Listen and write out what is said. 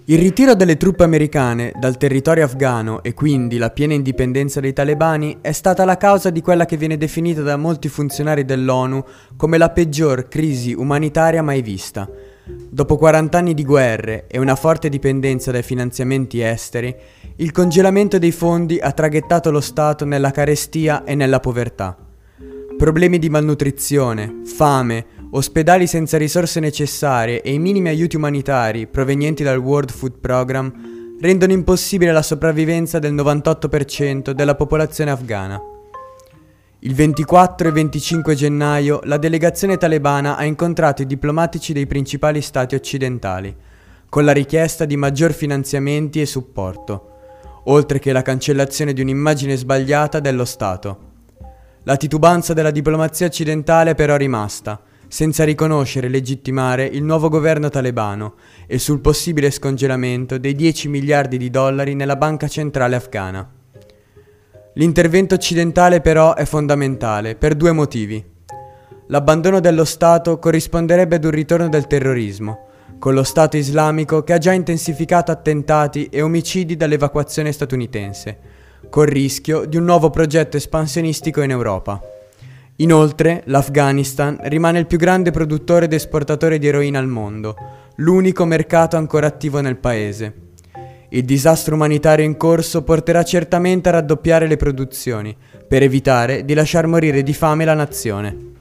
Il ritiro delle truppe americane dal territorio afghano e quindi la piena indipendenza dei talebani è stata la causa di quella che viene definita da molti funzionari dell'ONU come la peggior crisi umanitaria mai vista. Dopo 40 anni di guerre e una forte dipendenza dai finanziamenti esteri, il congelamento dei fondi ha traghettato lo Stato nella carestia e nella povertà. Problemi di malnutrizione, fame, ospedali senza risorse necessarie e i minimi aiuti umanitari provenienti dal World Food Program rendono impossibile la sopravvivenza del 98% della popolazione afghana. Il 24 e 25 gennaio la delegazione talebana ha incontrato i diplomatici dei principali stati occidentali, con la richiesta di maggior finanziamenti e supporto, oltre che la cancellazione di un'immagine sbagliata dello Stato. La titubanza della diplomazia occidentale è però rimasta, senza riconoscere e legittimare il nuovo governo talebano e sul possibile scongelamento dei 10 miliardi di dollari nella banca centrale afghana. L'intervento occidentale però è fondamentale per due motivi. L'abbandono dello Stato corrisponderebbe ad un ritorno del terrorismo, con lo Stato islamico che ha già intensificato attentati e omicidi dall'evacuazione statunitense, col rischio di un nuovo progetto espansionistico in Europa. Inoltre, l'Afghanistan rimane il più grande produttore ed esportatore di eroina al mondo, l'unico mercato ancora attivo nel paese. Il disastro umanitario in corso porterà certamente a raddoppiare le produzioni, per evitare di lasciar morire di fame la nazione.